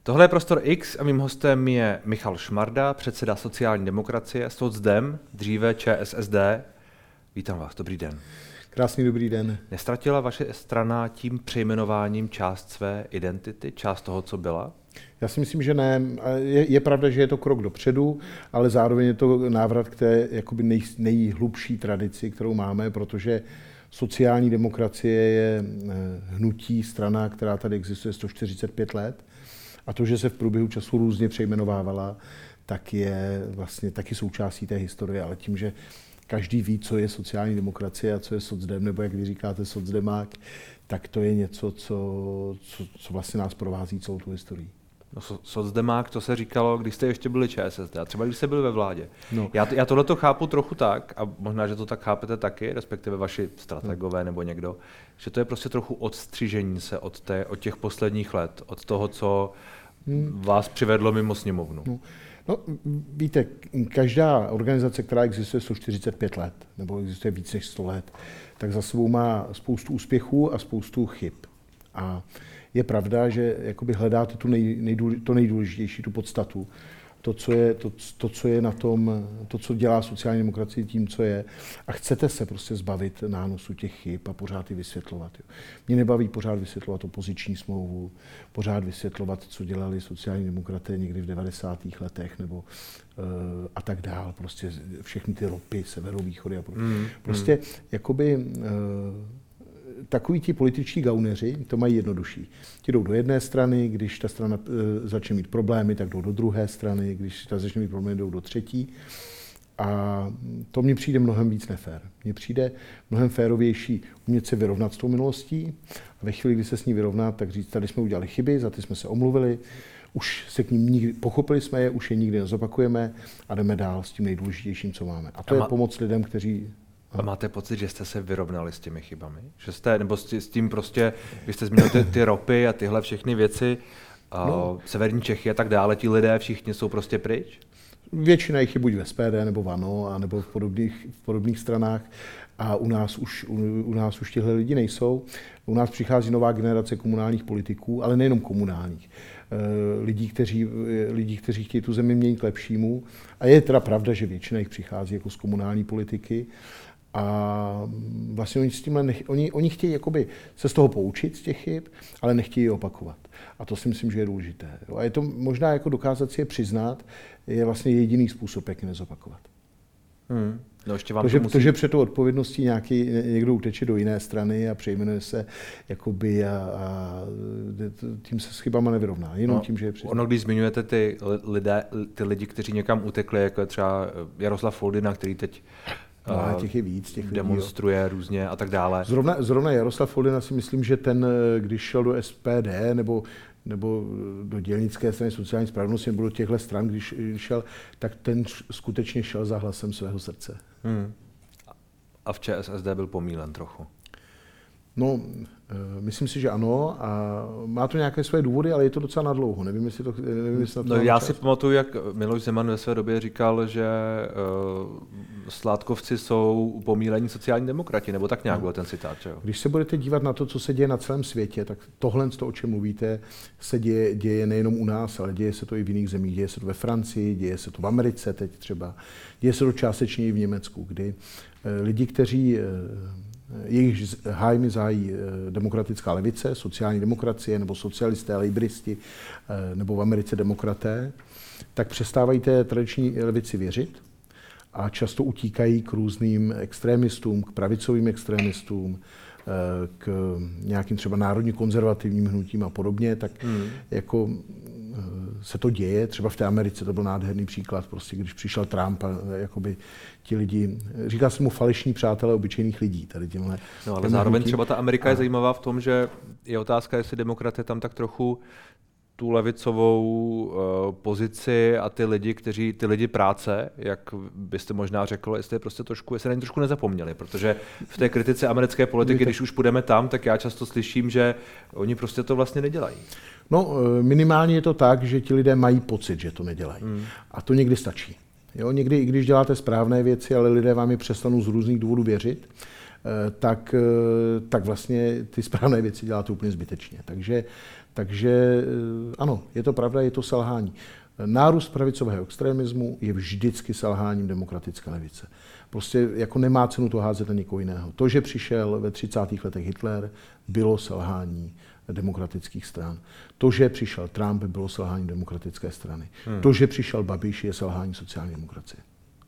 Tohle je Prostor X a mým hostem je Michal Šmarda, předseda sociální demokracie, socdem, dříve ČSSD. Vítám vás, dobrý den. Krásný dobrý den. Nestratila vaše strana tím přejmenováním část své identity, část toho, co byla? Já si myslím, že ne. Je pravda, že je to krok dopředu, ale zároveň je to návrat k té jakoby nejhlubší tradici, kterou máme, protože sociální demokracie je hnutí, strana, která tady existuje 145 let. A to, že se v průběhu času různě přejmenovávala, tak je vlastně taky součástí té historie, ale tím, že každý ví, co je sociální demokracie a co je socdem, nebo jak vy říkáte socdemák, tak to je něco, co vlastně nás provází celou tu historii. No, socdemák, to se říkalo, když jste ještě byli ČSSD, a třeba když jste byli ve vládě. No. Já tohleto chápu trochu tak, a možná, že to tak chápete taky, respektive vaši strategové nebo někdo, že to je prostě trochu odstřižení se od těch posledních let, od toho, co vás přivedlo mimo sněmovnu. No, víte, každá organizace, která existuje 145 let, nebo existuje víc než 100 let, tak za sebou má spoustu úspěchů a spoustu chyb. A je pravda, že jakoby hledáte to nejdůležitější, tu podstatu, to, co je na tom, to, co dělá sociální demokracie tím, co je, a chcete se prostě zbavit nánosu těch chyb a pořád je vysvětlovat. Jo. Mě nebaví pořád vysvětlovat opoziční smlouvu, pořád vysvětlovat, co dělali sociální demokraté někdy v 90. letech, nebo a tak dál, prostě všechny ty ropy, severovýchody a prostě jakoby takoví ti političtí gauneři to mají jednodušší. Ti jdou do jedné strany, když ta strana začne mít problémy, tak jdou do druhé strany, když ta začne mít problémy, jdou do třetí. A to mně přijde mnohem víc nefér. Mně přijde mnohem férovější umět se vyrovnat s tou minulostí a ve chvíli, kdy se s ní vyrovnat, tak říct, tady jsme udělali chyby, za ty jsme se omluvili, už se k ním nikdy, pochopili jsme je, už je nikdy nezopakujeme a jdeme dál s tím nejdůležitějším, co máme. A to je pomoc lidem, kteří... A máte pocit, že jste se vyrovnali s těmi chybami? Že jste, nebo s tím prostě, vy jste zmínil ty ropy a tyhle všechny věci, severní Čechy a tak dále, ti lidé všichni jsou prostě pryč? Většina jich je buď ve SPD, nebo v ANO, nebo v podobných stranách. A u nás už těhle lidi nejsou. U nás přichází nová generace komunálních politiků, ale nejenom komunálních. Lidí, kteří chtějí tu zemi měnit k lepšímu. A je teda pravda, že většina jich přichází jako z komunální politiky. A vlastně oni chtějí jakoby se z toho poučit, z těch chyb, ale nechtějí je opakovat. A to si myslím, že je důležité. A je to možná jako dokázat si je přiznat, je vlastně jediný způsob, jak je nezopakovat. No ještě vám to, že před tou odpovědností někdo uteče do jiné strany a přejmenuje se jakoby a tím se s chybama nevyrovná, jenom tím, že je přiznat. Ono, když zmiňujete ty lidi, kteří někam utekli, jako je třeba Jaroslav Foldyna, který teď těch je víc, těch demonstruje lidí, různě a tak dále. Zrovna Jaroslav Foldyna si myslím, že ten, když šel do SPD nebo do dělnické strany sociální spravedlnosti nebo do těchto stran, když šel, tak ten skutečně šel za hlasem svého srdce. A v ČSSD byl pomýlen trochu? No, myslím si, že ano a má to nějaké své důvody, ale je to docela nadlouho. Nevím, jestli na to já si pamatuju, jak Miloš Zeman ve své době říkal, že Sládkovci jsou pomílení sociální demokrati, nebo tak nějak byl ten citát. Že jo? Když se budete dívat na to, co se děje na celém světě, tak tohle, o čem mluvíte, se děje nejenom u nás, ale děje se to i v jiných zemích. Děje se to ve Francii, děje se to v Americe teď třeba, děje se to částečně i v Německu, kdy lidi, kteří jejich hájmy zájí demokratická levice, sociální demokracie nebo socialisté, lejbristi nebo v Americe demokraté, tak přestávají té tradiční levici věřit a často utíkají k různým extrémistům, k pravicovým extrémistům, k nějakým třeba národně konzervativním hnutím a podobně, tak jako se to děje. Třeba v té Americe to byl nádherný příklad, prostě když přišel Trump a jakoby ti lidi, říká se mu falešní přátelé obyčejných lidí. Tady tímhle, no ale zároveň třeba ta Amerika je zajímavá v tom, že je otázka, jestli demokraté tam tak trochu tu levicovou pozici a ty lidi práce, jak byste možná řekl, jestli na ně trošku nezapomněli, protože v té kritice americké politiky, když už půjdeme tam, tak já často slyším, že oni prostě to vlastně nedělají. No, minimálně je to tak, že ti lidé mají pocit, že to nedělají. A to někdy stačí. Jo, někdy, i když děláte správné věci, ale lidé vám je přestanou z různých důvodů věřit, tak vlastně ty správné věci děláte úplně zbytečně. Takže ano, je to pravda, je to selhání. Nárůst pravicového extremismu je vždycky selháním demokratické levice. Prostě jako nemá cenu to házet na někoho jiného. To, že přišel ve 30. letech Hitler, bylo selhání demokratických stran. To, že přišel Trump, bylo selhání demokratické strany. To, že přišel Babiš, je selhání sociální demokracie.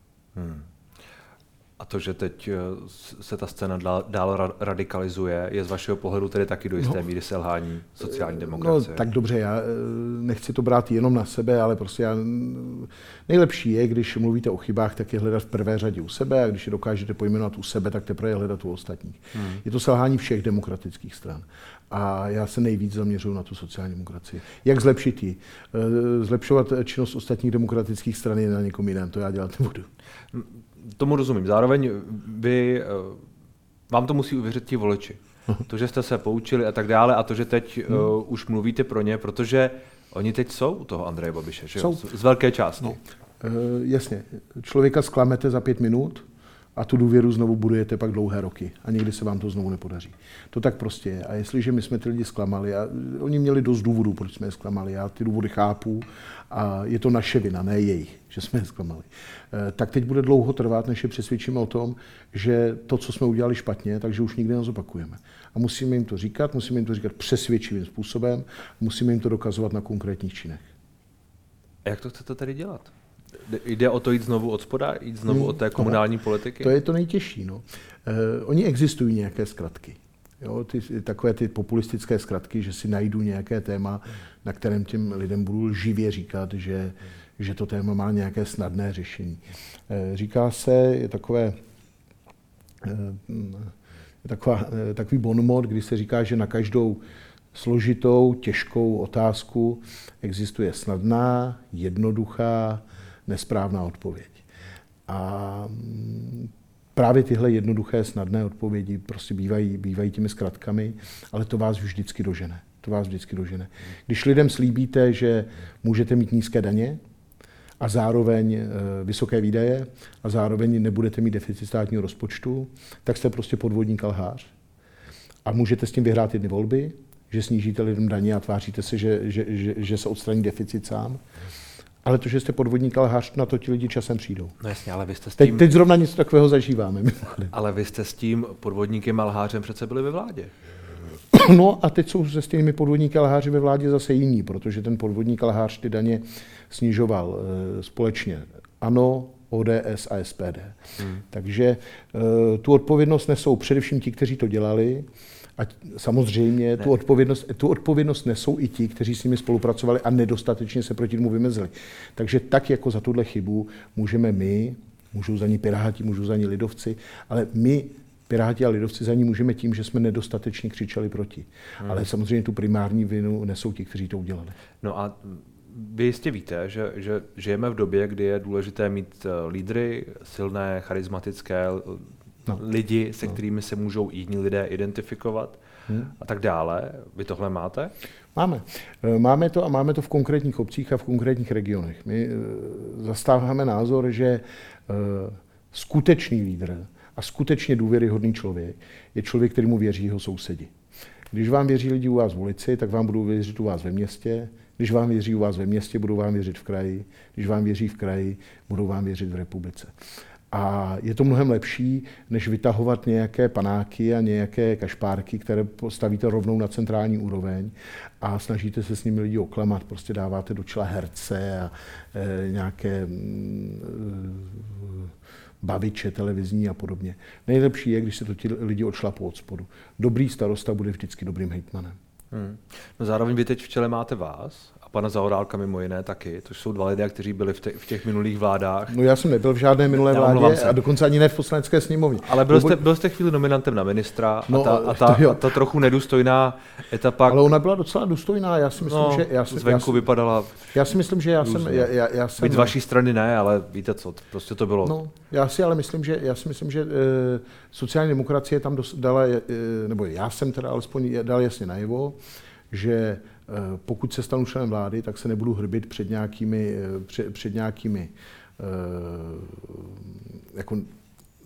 A to, že teď se ta scéna dál radikalizuje, je z vašeho pohledu tedy taky do jisté míry selhání sociální demokracie? No tak dobře, já nechci to brát jenom na sebe, ale prostě nejlepší je, když mluvíte o chybách, tak je hledat v prvé řadě u sebe, a když je dokážete pojmenovat u sebe, tak teprve je hledat u ostatních. Je to selhání všech demokratických stran. A já se nejvíc zaměřuju na tu sociální demokracii. Jak zlepšit ji? Zlepšovat činnost ostatních demokratických stran je na někom jiném, to já dělat nebudu. Tomu rozumím. Zároveň vám to musí uvěřit ti voliči. To, že jste se poučili a tak dále a to, že teď už mluvíte pro ně, protože oni teď jsou u toho Andreje Babiše, že? Z velké části. No. Jasně. Člověka zklamete za 5 minut a tu důvěru znovu budujete pak dlouhé roky a někdy se vám to znovu nepodaří. To tak prostě je. A jestliže my jsme ty lidi zklamali, a oni měli dost důvodů, proč jsme je zklamali, já ty důvody chápu a je to naše vina, ne jejich, že jsme je zklamali. Tak teď bude dlouho trvat, než je přesvědčíme o tom, že to, co jsme udělali špatně, takže už nikdy nezopakujeme. A musíme jim to říkat přesvědčivým způsobem, musíme jim to dokazovat na konkrétních činech. A jak to chcete tedy dělat? Jde o to jít znovu od spoda, jít znovu od té komunální politiky? To je to nejtěžší. No. Oni existují nějaké zkratky. Jo, takové ty populistické zkratky, že si najdu nějaké téma, na kterém těm lidem budu lživě říkat, že to téma má nějaké snadné řešení. Říká se, je takový bonmot, kdy se říká, že na každou složitou, těžkou otázku existuje snadná, jednoduchá, nesprávná odpověď. A právě tyhle jednoduché, snadné odpovědi prostě bývají těmi zkratkami, ale to vás vždycky dožene. Když lidem slíbíte, že můžete mít nízké daně a zároveň vysoké výdaje a zároveň nebudete mít deficit státního rozpočtu, tak jste prostě podvodník a lhář. A můžete s tím vyhrát jedny volby, že snížíte lidem daně a tváříte se, že se odstraní deficit sám. Ale to, že jste podvodník a lhář, na to ti lidi časem přijdou. No jasně, ale vy jste s tím... Teď zrovna něco takového zažíváme. Ale vy jste s tím podvodníkem a lhářem přece byli ve vládě. No a teď jsou se stejnými podvodníky a lháři ve vládě zase jiní, protože ten podvodník a lhář ty daně snižoval společně ANO, ODS a SPD. Takže tu odpovědnost nesou především ti, kteří to dělali, a samozřejmě tu odpovědnost nesou i ti, kteří s nimi spolupracovali a nedostatečně se proti tomu vymezili. Takže tak jako za tuhle chybu můžeme my, můžou za ní Piráti, můžou za ní lidovci, ale my, Piráti a lidovci, za ní můžeme tím, že jsme nedostatečně křičeli proti. Ale samozřejmě tu primární vinu nesou ti, kteří to udělali. No a vy jistě víte, že žijeme v době, kdy je důležité mít lídry, silné, charismatické lidi, se kterými se můžou jiní lidé identifikovat a tak dále. Vy tohle máte? Máme. Máme to v konkrétních obcích a v konkrétních regionech. My zastáváme názor, že skutečný lídr a skutečně důvěryhodný člověk je člověk, kterému věří jeho sousedi. Když vám věří lidi u vás v ulici, tak vám budou věřit u vás ve městě. Když vám věří u vás ve městě, budou vám věřit v kraji. Když vám věří v kraji, budou vám věřit v republice. A je to mnohem lepší, než vytahovat nějaké panáky a nějaké kašpárky, které postavíte rovnou na centrální úroveň a snažíte se s nimi lidi oklamat. Prostě dáváte do čela herce a nějaké baviče televizní a podobně. Nejlepší je, když se to ti lidi odšlapou od spodu. Dobrý starosta bude vždycky dobrým hejtmanem. No zároveň vy teď v čele máte vás a pana Zaorálka mimo jiné taky. To jsou dva lidé, kteří byli v těch minulých vládách. No já jsem nebyl v žádné minulé vládě a dokonce ani ne v poslanecké sněmovně. Ale byl jste chvíli nominantem na ministra a ta trochu nedůstojná etapa. Ale ona byla docela důstojná. Já si myslím, zvenku vypadala. Já si myslím, že já jsem. Byť z vaší strany ne, ale víte co, prostě to bylo. No, já si myslím, že sociální demokracie tam dala, nebo já jsem teda alespoň dal jasně najevo, že pokud se stanu členem vlády, tak se nebudu hrbit před nějakými jako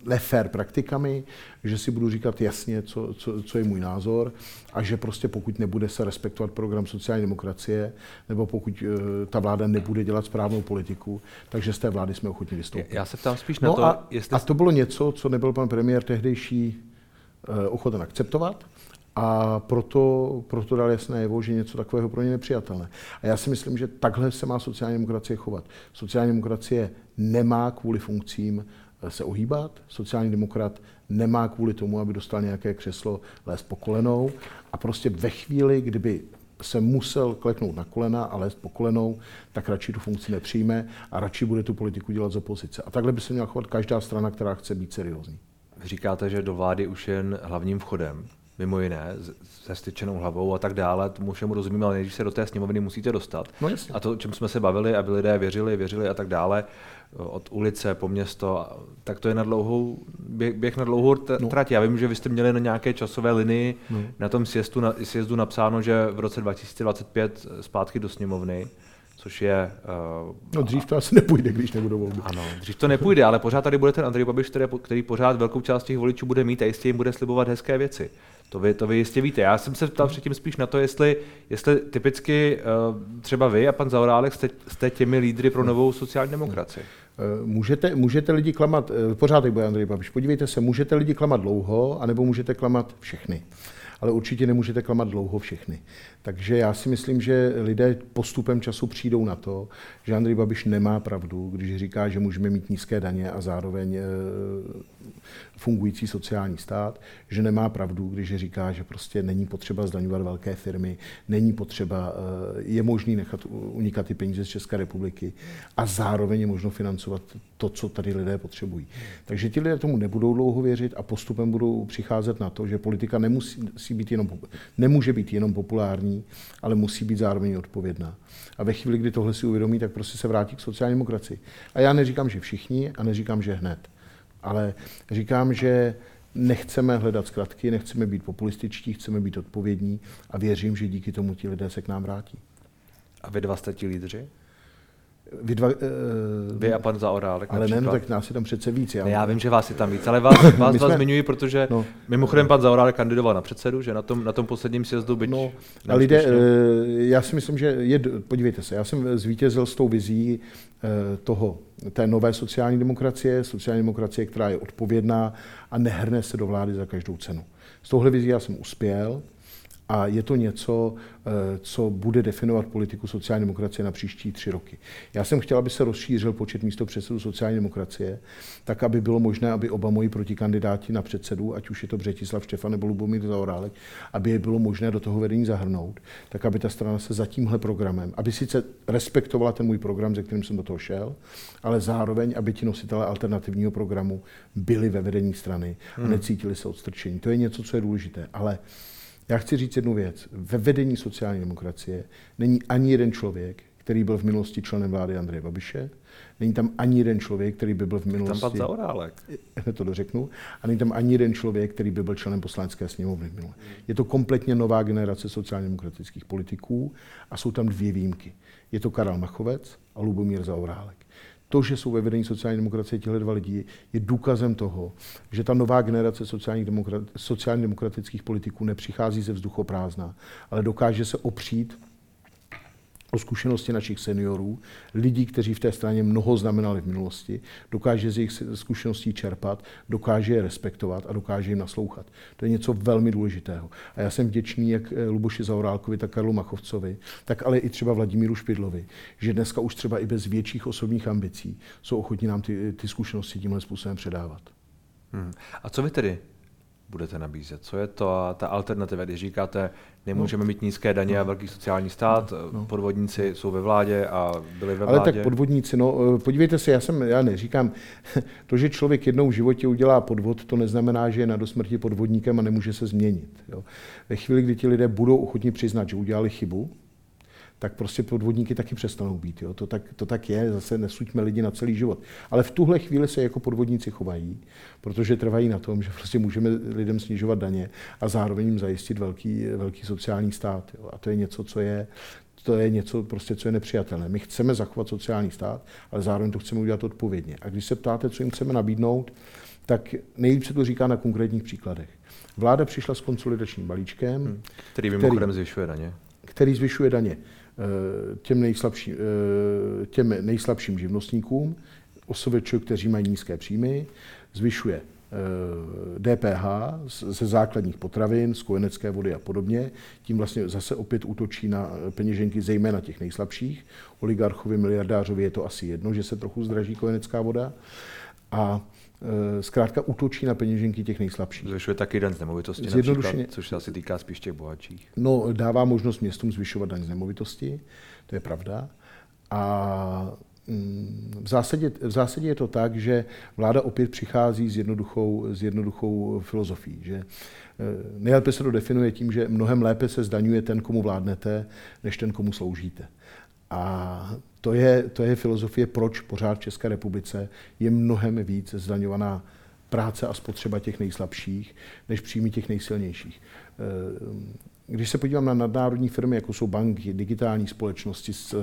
nefér praktikami, že si budu říkat jasně, co je můj názor a že prostě pokud nebude se respektovat program sociální demokracie, nebo pokud ta vláda nebude dělat správnou politiku, takže z té vlády jsme ochotni vystoupit. Já se ptám spíš na to, jestli... A to bylo něco, co nebyl pan premiér tehdejší ochoten akceptovat. A proto dal jasné najevo, že něco takového pro ně nepřijatelné. A já si myslím, že takhle se má sociální demokracie chovat. Sociální demokracie nemá kvůli funkcím se ohýbat, sociální demokrat nemá kvůli tomu, aby dostal nějaké křeslo, lézt po kolenou. A prostě ve chvíli, kdyby se musel kleknout na kolena a lézt po kolenou, tak radši tu funkci nepřijme a radši bude tu politiku dělat z opozice. A takhle by se měla chovat každá strana, která chce být seriózní. Vy říkáte, že do vlády už jen hlavním vchodem, mimo jiné, se styčenou hlavou a tak dále, tomu všemu rozumím, ale než se do té sněmovny musíte dostat. No jasně. A to, o čem jsme se bavili, aby lidé věřili a tak dále, od ulice po město, tak to je na dlouhou, běh na dlouhou trať. Já vím, že vy jste měli na nějaké časové linii na tom sjezdu napsáno, že v roce 2025 zpátky do sněmovny, což je... No dřív to asi nepůjde, když nebudou volby. Ano, dřív to nepůjde, ale pořád tady bude ten Andrej Babiš, který pořád velkou část těch voličů bude mít a jistě jim bude slibovat hezké věci. To vy jistě víte. Já jsem se ptal předtím spíš na to, jestli typicky třeba vy a pan Zaorálek jste těmi lídry pro novou sociální demokracii. Můžete lidi klamat, pořád bude Andrej Babiš, podívejte se, můžete lidi klamat dlouho, anebo můžete klamat všechny. Ale určitě nemůžete klamat dlouho všechny. Takže já si myslím, že lidé postupem času přijdou na to, že Andrej Babiš nemá pravdu, když říká, že můžeme mít nízké daně a zároveň fungující sociální stát, že nemá pravdu, když říká, že prostě není potřeba zdaňovat velké firmy, není potřeba, je možný nechat unikat ty peníze z České republiky a zároveň je možno financovat to, co tady lidé potřebují. Takže ti lidé tomu nebudou dlouho věřit a postupem budou přicházet na to, že politika nemůže být jenom populární, ale musí být zároveň odpovědná. A ve chvíli, kdy tohle si uvědomí, tak prostě se vrátí k sociální demokracii. A já neříkám, že všichni a neříkám, že hned. Ale říkám, že nechceme hledat zkratky, nechceme být populističtí, chceme být odpovědní a věřím, že díky tomu ti lidé se k nám vrátí. A vy dva jste ti lídři? Vy a pan Zaorálek ale například. Ne, no, tak nás je tam přece víc. Já vím, že vás je tam víc, ale vás zmiňuji, protože mimochodem pan Zaorálek kandidoval na předsedu, že na tom posledním sjezdu byť... No, a lidé, já si myslím, že podívejte se, já jsem zvítězil s tou vizí té nové sociální demokracie, která je odpovědná a nehrne se do vlády za každou cenu. S touhle vizí já jsem uspěl. A je to něco, co bude definovat politiku sociální demokracie na příští 3 roky. Já jsem chtěl, aby se rozšířil počet místopředsedů sociální demokracie, tak aby bylo možné, aby oba moji protikandidáti na předsedu, ať už je to Břetislav Štefan nebo Lubomír Zaorálek, aby je bylo možné do toho vedení zahrnout, tak aby ta strana se za tímhle programem, aby sice respektovala ten můj program, se kterým jsem do toho šel, ale zároveň, aby ti nositelé alternativního programu byli ve vedení strany a necítili se odstrčení. To je něco, co je důležité, ale já chci říct jednu věc. Ve vedení sociální demokracie není ani jeden člověk, který byl v minulosti členem vlády Andreje Babiše, není tam ani jeden člověk, který by byl v minulosti... Tam pan Zaorálek. To dořeknu. A není tam ani jeden člověk, který by byl členem poslanecké sněmovny v minule. Je to kompletně nová generace sociálně demokratických politiků a jsou tam 2 výjimky. Je to Karel Machovec a Lubomír Zaorálek. To, že jsou ve vedení sociální demokracie tihle 2 lidi, je důkazem toho, že ta nová generace sociálně demokratických politiků nepřichází ze vzduchoprázdna, ale dokáže se opřít o zkušenosti našich seniorů, lidí, kteří v té straně mnoho znamenali v minulosti, dokáže z jejich zkušeností čerpat, dokáže je respektovat a dokáže jim naslouchat. To je něco velmi důležitého. A já jsem vděčný jak Luboši Zaorálkovi, tak Karlu Machovcovi, tak ale i třeba Vladimíru Špidlovi, že dneska už třeba i bez větších osobních ambicí jsou ochotní nám ty zkušenosti tímhle způsobem předávat. A co vy tedy budete nabízet? Co je to ta alternativa, když říkáte, nemůžeme mít nízké daně a velký sociální stát, podvodníci jsou ve vládě a byli ve vládě? Ale tak podvodníci, podívejte se, já neříkám, to, že člověk jednou v životě udělá podvod, to neznamená, že je na dosmrti podvodníkem a nemůže se změnit. Jo. Ve chvíli, kdy ti lidé budou ochotni přiznat, že udělali chybu, tak prostě podvodníky taky přestanou být. Jo. To tak je, zase nesuďme lidi na celý život. Ale v tuhle chvíli se jako podvodníci chovají, protože trvají na tom, že prostě můžeme lidem snižovat daně a zároveň jim zajistit velký sociální stát. Jo. A to je něco, co je prostě, co je nepřijatelné. My chceme zachovat sociální stát, ale zároveň to chceme udělat odpovědně. A když se ptáte, co jim chceme nabídnout, tak nejlíp se to říká na konkrétních příkladech. Vláda přišla s konsolidačním balíčkem, který mimochodem zvyšuje daně. Který zvyšuje daně těm nejslabším živnostníkům, OSVČ, kteří mají nízké příjmy, zvyšuje DPH ze základních potravin, z kojenecké vody a podobně. Tím vlastně zase opět útočí na peněženky zejména těch nejslabších. Oligarchovi, miliardářovi je to asi jedno, že se trochu zdraží kojenecká voda. A zkrátka útočí na peněženky těch nejslabších. Zvyšuje taky daň z nemovitosti například, což se asi týká spíš těch bohatších. No, dává možnost městům zvyšovat daň z nemovitosti, to je pravda. A v zásadě je to tak, že vláda opět přichází s jednoduchou filozofií, že nejlépe se to definuje tím, že mnohem lépe se zdaňuje ten, komu vládnete, než ten, komu sloužíte. A to je filozofie, proč pořád v České republice je mnohem víc zdaňovaná práce a spotřeba těch nejslabších, než příjmy těch nejsilnějších. Když se podívám na nadnárodní firmy, jako jsou banky, digitální společnosti s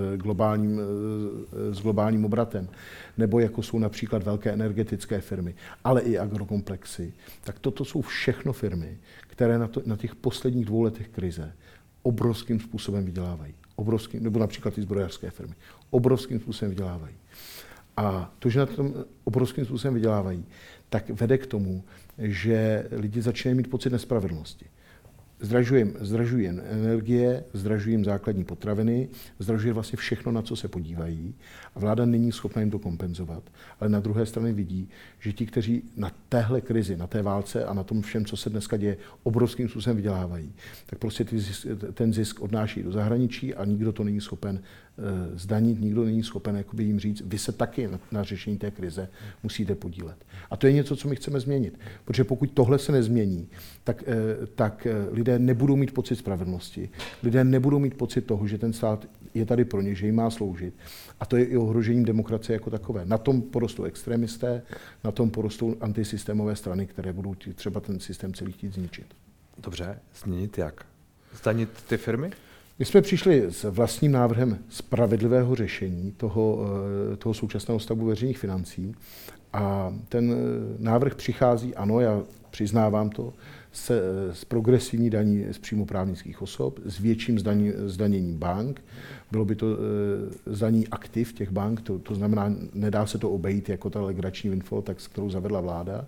globálním obratem, nebo jako jsou například velké energetické firmy, ale i agrokomplexy, tak toto jsou všechno firmy, které na těch posledních 2 letech krize obrovským způsobem vydělávají. Nebo například ty zbrojařské firmy. Obrovským způsobem vydělávají. A to, že na tom obrovským způsobem vydělávají, tak vede k tomu, že lidi začínají mít pocit nespravedlnosti. Zdražují energie, zdražují základní potraviny, zdražuje vlastně všechno, na co se podívají a vláda není schopna jim to kompenzovat. Ale na druhé straně vidí, že ti, kteří na téhle krizi, na té válce a na tom všem, co se dneska děje, obrovským způsobem vydělávají, tak prostě ten zisk odnáší do zahraničí a nikdo to není schopen zdanit, nikdo není schopen jim říct, vy se taky na řešení té krize musíte podílet. A to je něco, co my chceme změnit. Protože pokud tohle se nezmění, tak lidé nebudou mít pocit spravedlnosti. Lidé nebudou mít pocit toho, že ten stát je tady pro ně, že jim má sloužit. A to je i ohrožením demokracie jako takové. Na tom porostou extremisté, na tom porostou antisystémové strany, které budou třeba ten systém celý chtít zničit. Dobře, změnit jak? Zdanit ty firmy? My jsme přišli s vlastním návrhem spravedlivého řešení toho současného stavu veřejných financí a ten návrh přichází, ano, já přiznávám to, s progresivní daní z příjmu právnických osob, s větším zdaněním bank. Bylo by to zdanění aktiv těch bank, to znamená, nedá se to obejít jako ta legrační windfall, tak, kterou zavedla vláda.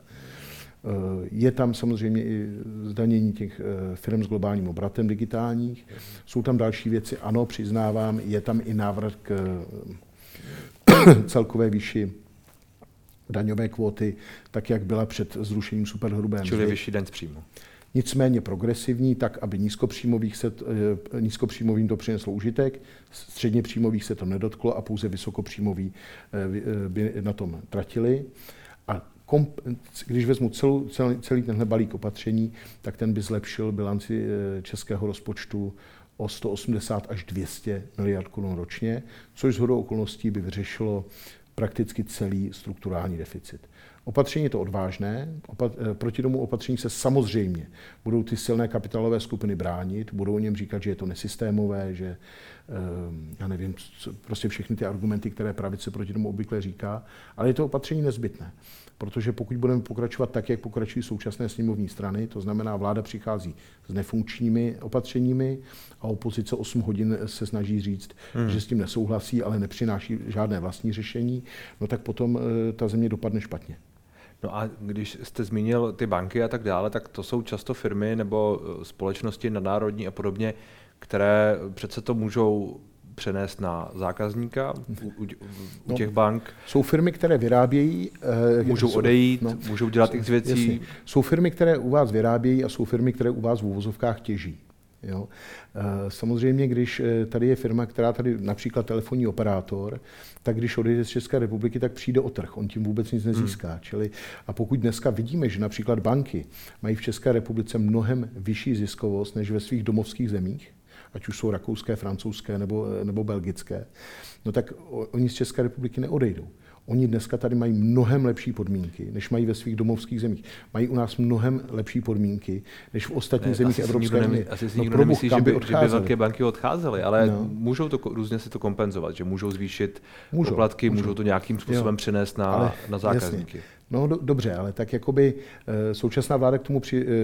Je tam samozřejmě i zdanění těch firm s globálním obratem digitálních. Jsou tam další věci, ano, přiznávám, je tam i návrat k celkové výši daňové kvóty, tak jak byla před zrušením superhrubé mzdy. Čili vyšší daň z příjmu. Nicméně progresivní, tak aby nízkopříjmovým to přineslo užitek, středně příjmových se to nedotklo a pouze vysokopříjmoví by na tom tratili. A když vezmu celý tenhle balík opatření, tak ten by zlepšil bilanci českého rozpočtu o 180 až 200 miliard korun ročně, což shodou okolností by vyřešilo prakticky celý strukturální deficit. Opatření je to odvážné, proti tomu opatření se samozřejmě budou ty silné kapitálové skupiny bránit, budou o něm říkat, že je to nesystémové, že já nevím, prostě všechny ty argumenty, které pravice proti tomu obvykle říká, ale je to opatření nezbytné, protože pokud budeme pokračovat tak, jak pokračují současné sněmovní strany, to znamená, vláda přichází s nefunkčními opatřeními a opozice 8 hodin se snaží říct, že s tím nesouhlasí, ale nepřináší žádné vlastní řešení, no tak potom ta země dopadne špatně. No a když jste zmínil ty banky a tak dále, tak to jsou často firmy nebo společnosti nadnárodní a podobně, které přece to můžou přenést na zákazníka u těch bank. Jsou firmy, které vyrábějí. Můžou odejít, můžou dělat x věcí. Jasně. Jsou firmy, které u vás vyrábějí a jsou firmy, které u vás v uvozovkách těží. Jo. Samozřejmě, když tady je firma, která tady například telefonní operátor, tak když odejde z České republiky, tak přijde o trh. On tím vůbec nic nezíská. A pokud dneska vidíme, že například banky mají v České republice mnohem vyšší ziskovost než ve svých domovských zemích, ať už jsou rakouské, francouzské nebo belgické, no tak oni z České republiky neodejdou. Oni dneska tady mají mnohem lepší podmínky, než mají ve svých domovských zemích. Mají u nás mnohem lepší podmínky, než v ostatních zemích Evropské unie. Asi si nikdo nemyslí, že by velké banky odcházely, ale můžou to různě si to kompenzovat, že můžou zvýšit poplatky, můžou to nějakým způsobem přenést na zákazníky. Jasně. No dobře, ale tak jakoby současná vláda k tomu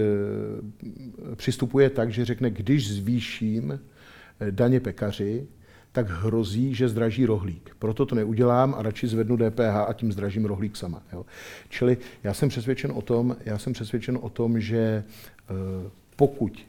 přistupuje tak, že řekne, když zvýším daně pekaři, tak hrozí, že zdraží rohlík. Proto to neudělám a radši zvednu DPH a tím zdražím rohlík sama. Jo. Čili já jsem přesvědčen o tom, že pokud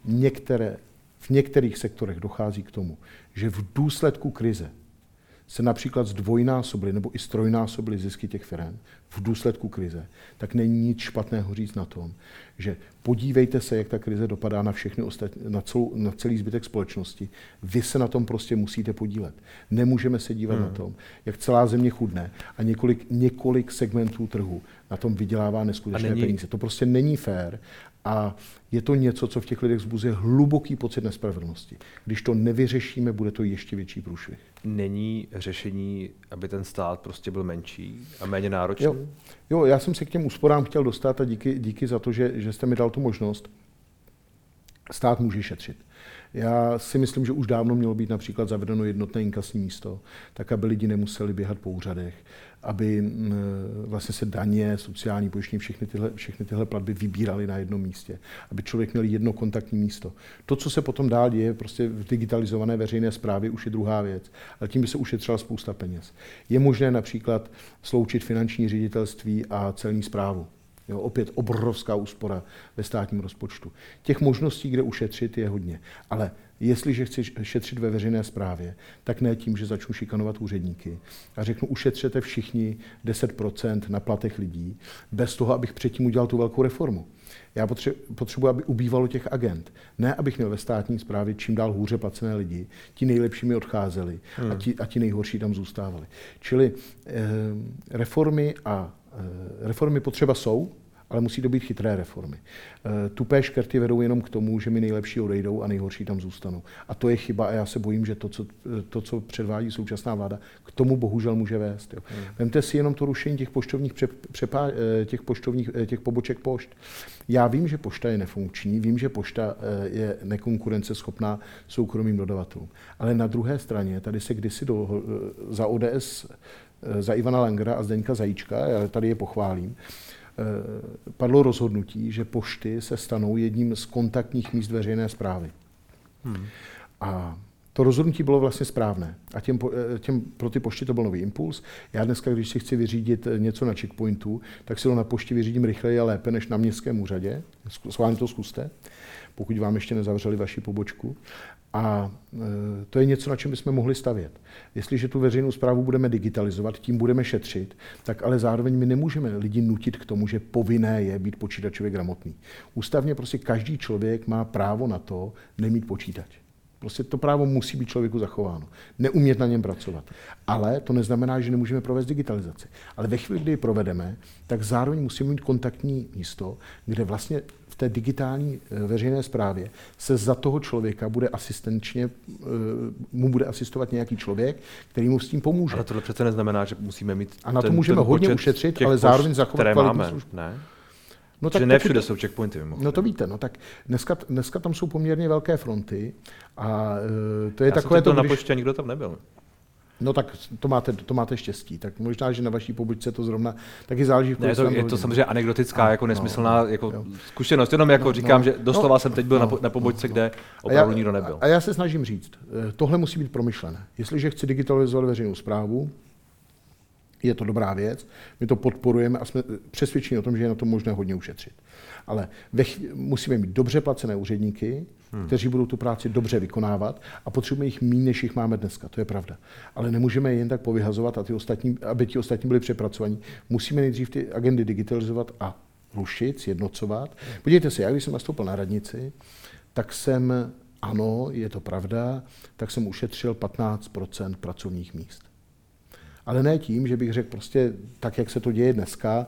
v některých sektorech dochází k tomu, že v důsledku krize se například zdvojnásobily nebo i strojnásobily zisky těch firem v důsledku krize, tak není nic špatného říct na tom, že podívejte se, jak ta krize dopadá na všechny na celý zbytek společnosti. Vy se na tom prostě musíte podílet. Nemůžeme se dívat na tom, jak celá země chudne a několik segmentů trhu na tom vydělává neskutečné peníze. To prostě není fér. A je to něco, co v těch lidech vzbuzuje hluboký pocit nespravedlnosti. Když to nevyřešíme, bude to ještě větší průšvih. Není řešení, aby ten stát prostě byl menší a méně náročný? Jo, já jsem se k těm úsporám chtěl dostat a díky za to, že jste mi dal tu možnost. Stát může šetřit. Já si myslím, že už dávno mělo být například zavedeno jednotné inkasní místo, tak aby lidi nemuseli běhat po úřadech, aby vlastně se daně, sociální pojištění, všechny tyhle platby vybíraly na jednom místě, aby člověk měl jedno kontaktní místo. To, co se potom dál děje prostě v digitalizované veřejné správě, už je druhá věc, ale tím by se ušetřila spousta peněz. Je možné například sloučit finanční ředitelství a celní správu. Jo, opět obrovská úspora ve státním rozpočtu. Těch možností, kde ušetřit, je hodně. Ale jestliže chci šetřit ve veřejné správě, tak ne tím, že začnu šikanovat úředníky a řeknu, ušetřete všichni 10% na platech lidí, bez toho, abych předtím udělal tu velkou reformu. Já potřebuji, aby ubývalo těch agent. Ne, abych měl ve státní správě čím dál hůře placené lidi. Ti nejlepší mi odcházeli a ti nejhorší tam zůstávali. Čili reformy potřeba jsou, ale musí to být chytré reformy. Tupé škrty vedou jenom k tomu, že mi nejlepší odejdou a nejhorší tam zůstanou. A to je chyba a já se bojím, že to, co předvádí současná vláda, k tomu bohužel může vést. Jo. Vemte si jenom to rušení těch poboček pošt. Já vím, že pošta je nefunkční, vím, že pošta je nekonkurenceschopná soukromým dodavatelům. Ale na druhé straně, tady se kdysi za ODS, za Ivana Langera a Zdeňka Zajíčka, já tady je pochválím, padlo rozhodnutí, že pošty se stanou jedním z kontaktních míst veřejné správy. A to rozhodnutí bylo vlastně správné. A pro ty pošty to byl nový impuls. Já dneska, když si chci vyřídit něco na checkpointu, tak si to na poště vyřídím rychleji a lépe než na městském úřadě. Schválně to zkuste, pokud vám ještě nezavřeli vaši pobočku. A to je něco, na čem bychom mohli stavět. Jestliže tu veřejnou správu budeme digitalizovat, tím budeme šetřit, tak ale zároveň my nemůžeme lidi nutit k tomu, že povinné je být počítačově gramotný. Ústavně prostě každý člověk má právo na to nemít počítač. Prostě to právo musí být člověku zachováno. Neumět na něm pracovat. Ale to neznamená, že nemůžeme provést digitalizaci. Ale ve chvíli, kdy ji provedeme, tak zároveň musíme mít kontaktní místo, kde vlastně v té digitální veřejné správě se za toho člověka mu bude asistovat nějaký člověk, který mu s tím pomůže. Ale tohle přece neznamená, že musíme mít a na to můžeme hodně ušetřit, ale zároveň zachovat kvalitní službu. Ne? No tak ne všude jsou checkpointy mimochodem. No to víte, no tak dneska tam jsou poměrně velké fronty a to je takové to, na poště nikdo tam nebyl. No tak to máte štěstí, tak možná, že na vaší pobočce to zrovna taky záleží. Ne, je to samozřejmě anekdotická, jako nesmyslná zkušenost, jenom jako říkám, že doslova jsem teď byl na pobočce, kde opravdu nikdo nebyl. A já se snažím říct, tohle musí být promyšlené. Jestliže chci digitalizovat veřejnou správu, je to dobrá věc, my to podporujeme a jsme přesvědčeni o tom, že je na to možné hodně ušetřit. Ale musíme mít dobře placené úředníky, kteří budou tu práci dobře vykonávat a potřebujeme jich méně, než jich máme dneska, to je pravda. Ale nemůžeme je jen tak povyhazovat, aby ti ostatní byli přepracovaní. Musíme nejdřív ty agendy digitalizovat a rušit, sjednocovat. Podívejte se, já když jsem nastoupil na radnici, tak ano, je to pravda, tak jsem ušetřil 15% pracovních míst. Ale ne tím, že bych řekl prostě tak, jak se to děje dneska,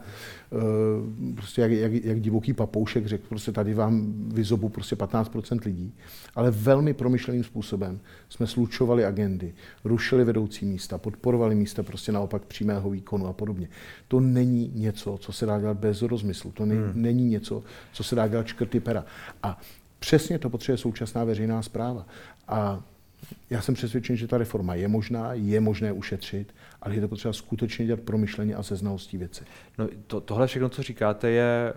prostě jak divoký papoušek řekl, prostě tady vám vyzobu prostě 15% lidí, ale velmi promyšleným způsobem jsme slučovali agendy, rušili vedoucí místa, podporovali místa prostě naopak přímého výkonu a podobně. To není něco, co se dá dělat bez rozmyslu, to není něco, co se dá dělat škrty pera. A přesně to potřebuje současná veřejná správa. A já jsem přesvědčen, že ta reforma je možná, je možné ušetřit, ale je to potřeba skutečně dělat promyšleně a se znalostí věci. No, tohle všechno, co říkáte, je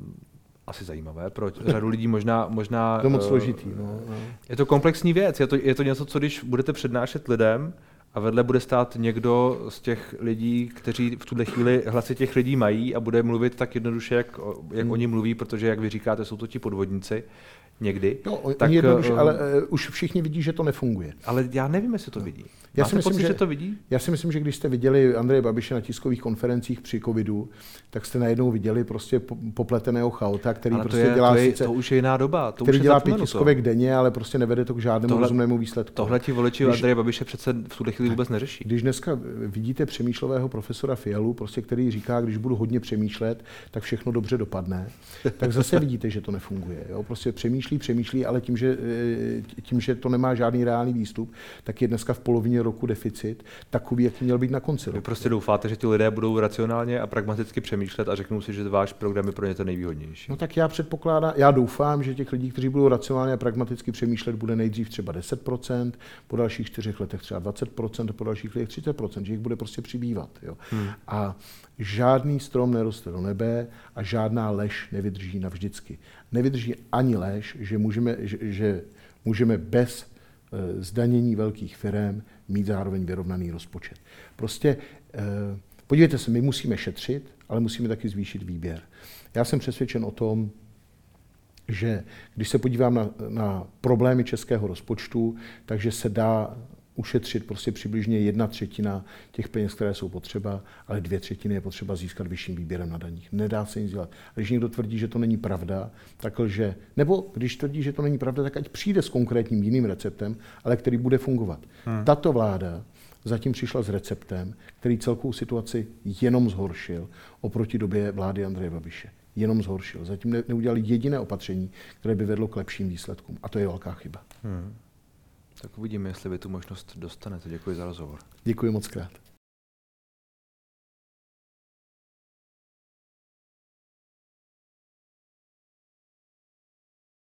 asi zajímavé pro řadu lidí, možná to je moc složitý. No. Je to komplexní věc, je to něco, co když budete přednášet lidem a vedle bude stát někdo z těch lidí, kteří v tuhle chvíli hlasy těch lidí mají a bude mluvit tak jednoduše, jak oni mluví, protože, jak vy říkáte, jsou to ti podvodníci, někdy. No, tak, jednoduše, ale už všichni vidí, že to nefunguje. Ale já nevím, jestli to vidí. Já si myslím, že to vidí? Já si myslím, že když jste viděli Andreje Babiše na tiskových konferencích při covidu, tak jste najednou viděli prostě popleteného chaota, který ale prostě dělá to už je jiná doba. Který dělá 5 tiskovek denně, ale prostě nevede to k žádnému rozumnému výsledku. Tohle ti voliči Andreje Babiše přece v tuhle chvíli vůbec neřeší. Když dneska vidíte přemýšlivého profesora Fialu, prostě, který říká, když budu hodně přemýšlet, tak všechno dobře dopadne, tak zase vidíte, že to nefunguje. Jo? Prostě přemýšlí, ale tím, že to nemá žádný reálný výstup, tak je dneska v polovině roku deficit takový, jaký měl být na konci roku. Vy prostě doufáte, že ti lidé budou racionálně a pragmaticky přemýšlet a řeknou si, že váš program je pro ně to nejvýhodnější. No tak já doufám, že těch lidí, kteří budou racionálně a pragmaticky přemýšlet, bude nejdřív třeba 10%, po dalších 4 letech třeba 20%, a po dalších letech 30%, že jich bude prostě přibývat. Jo. A žádný strom neroste do nebe a žádná lež nevydrží navždycky. Nevydrží ani lež, že můžeme bez zdanění velkých firem mít zároveň vyrovnaný rozpočet. Prostě podívejte se, my musíme šetřit, ale musíme taky zvýšit výběr. Já jsem přesvědčen o tom, že když se podívám na problémy českého rozpočtu, takže se dá ušetřit prostě přibližně 1/3 těch peněz, které jsou potřeba, ale 2/3 je potřeba získat vyšším výběrem na daních. Nedá se nic dělat. A když někdo tvrdí, že to není pravda, tak lže. Nebo když tvrdí, že to není pravda, tak ať přijde s konkrétním jiným receptem, ale který bude fungovat. Tato vláda zatím přišla s receptem, který celkovou situaci jenom zhoršil oproti době vlády Andreje Babiše. Jenom zhoršil. Zatím neudělali jediné opatření, které by vedlo k lepším výsledkům. A to je velká chyba. Tak uvidíme, jestli vy tu možnost dostanete. Děkuji za rozhovor. Děkuji moc krát.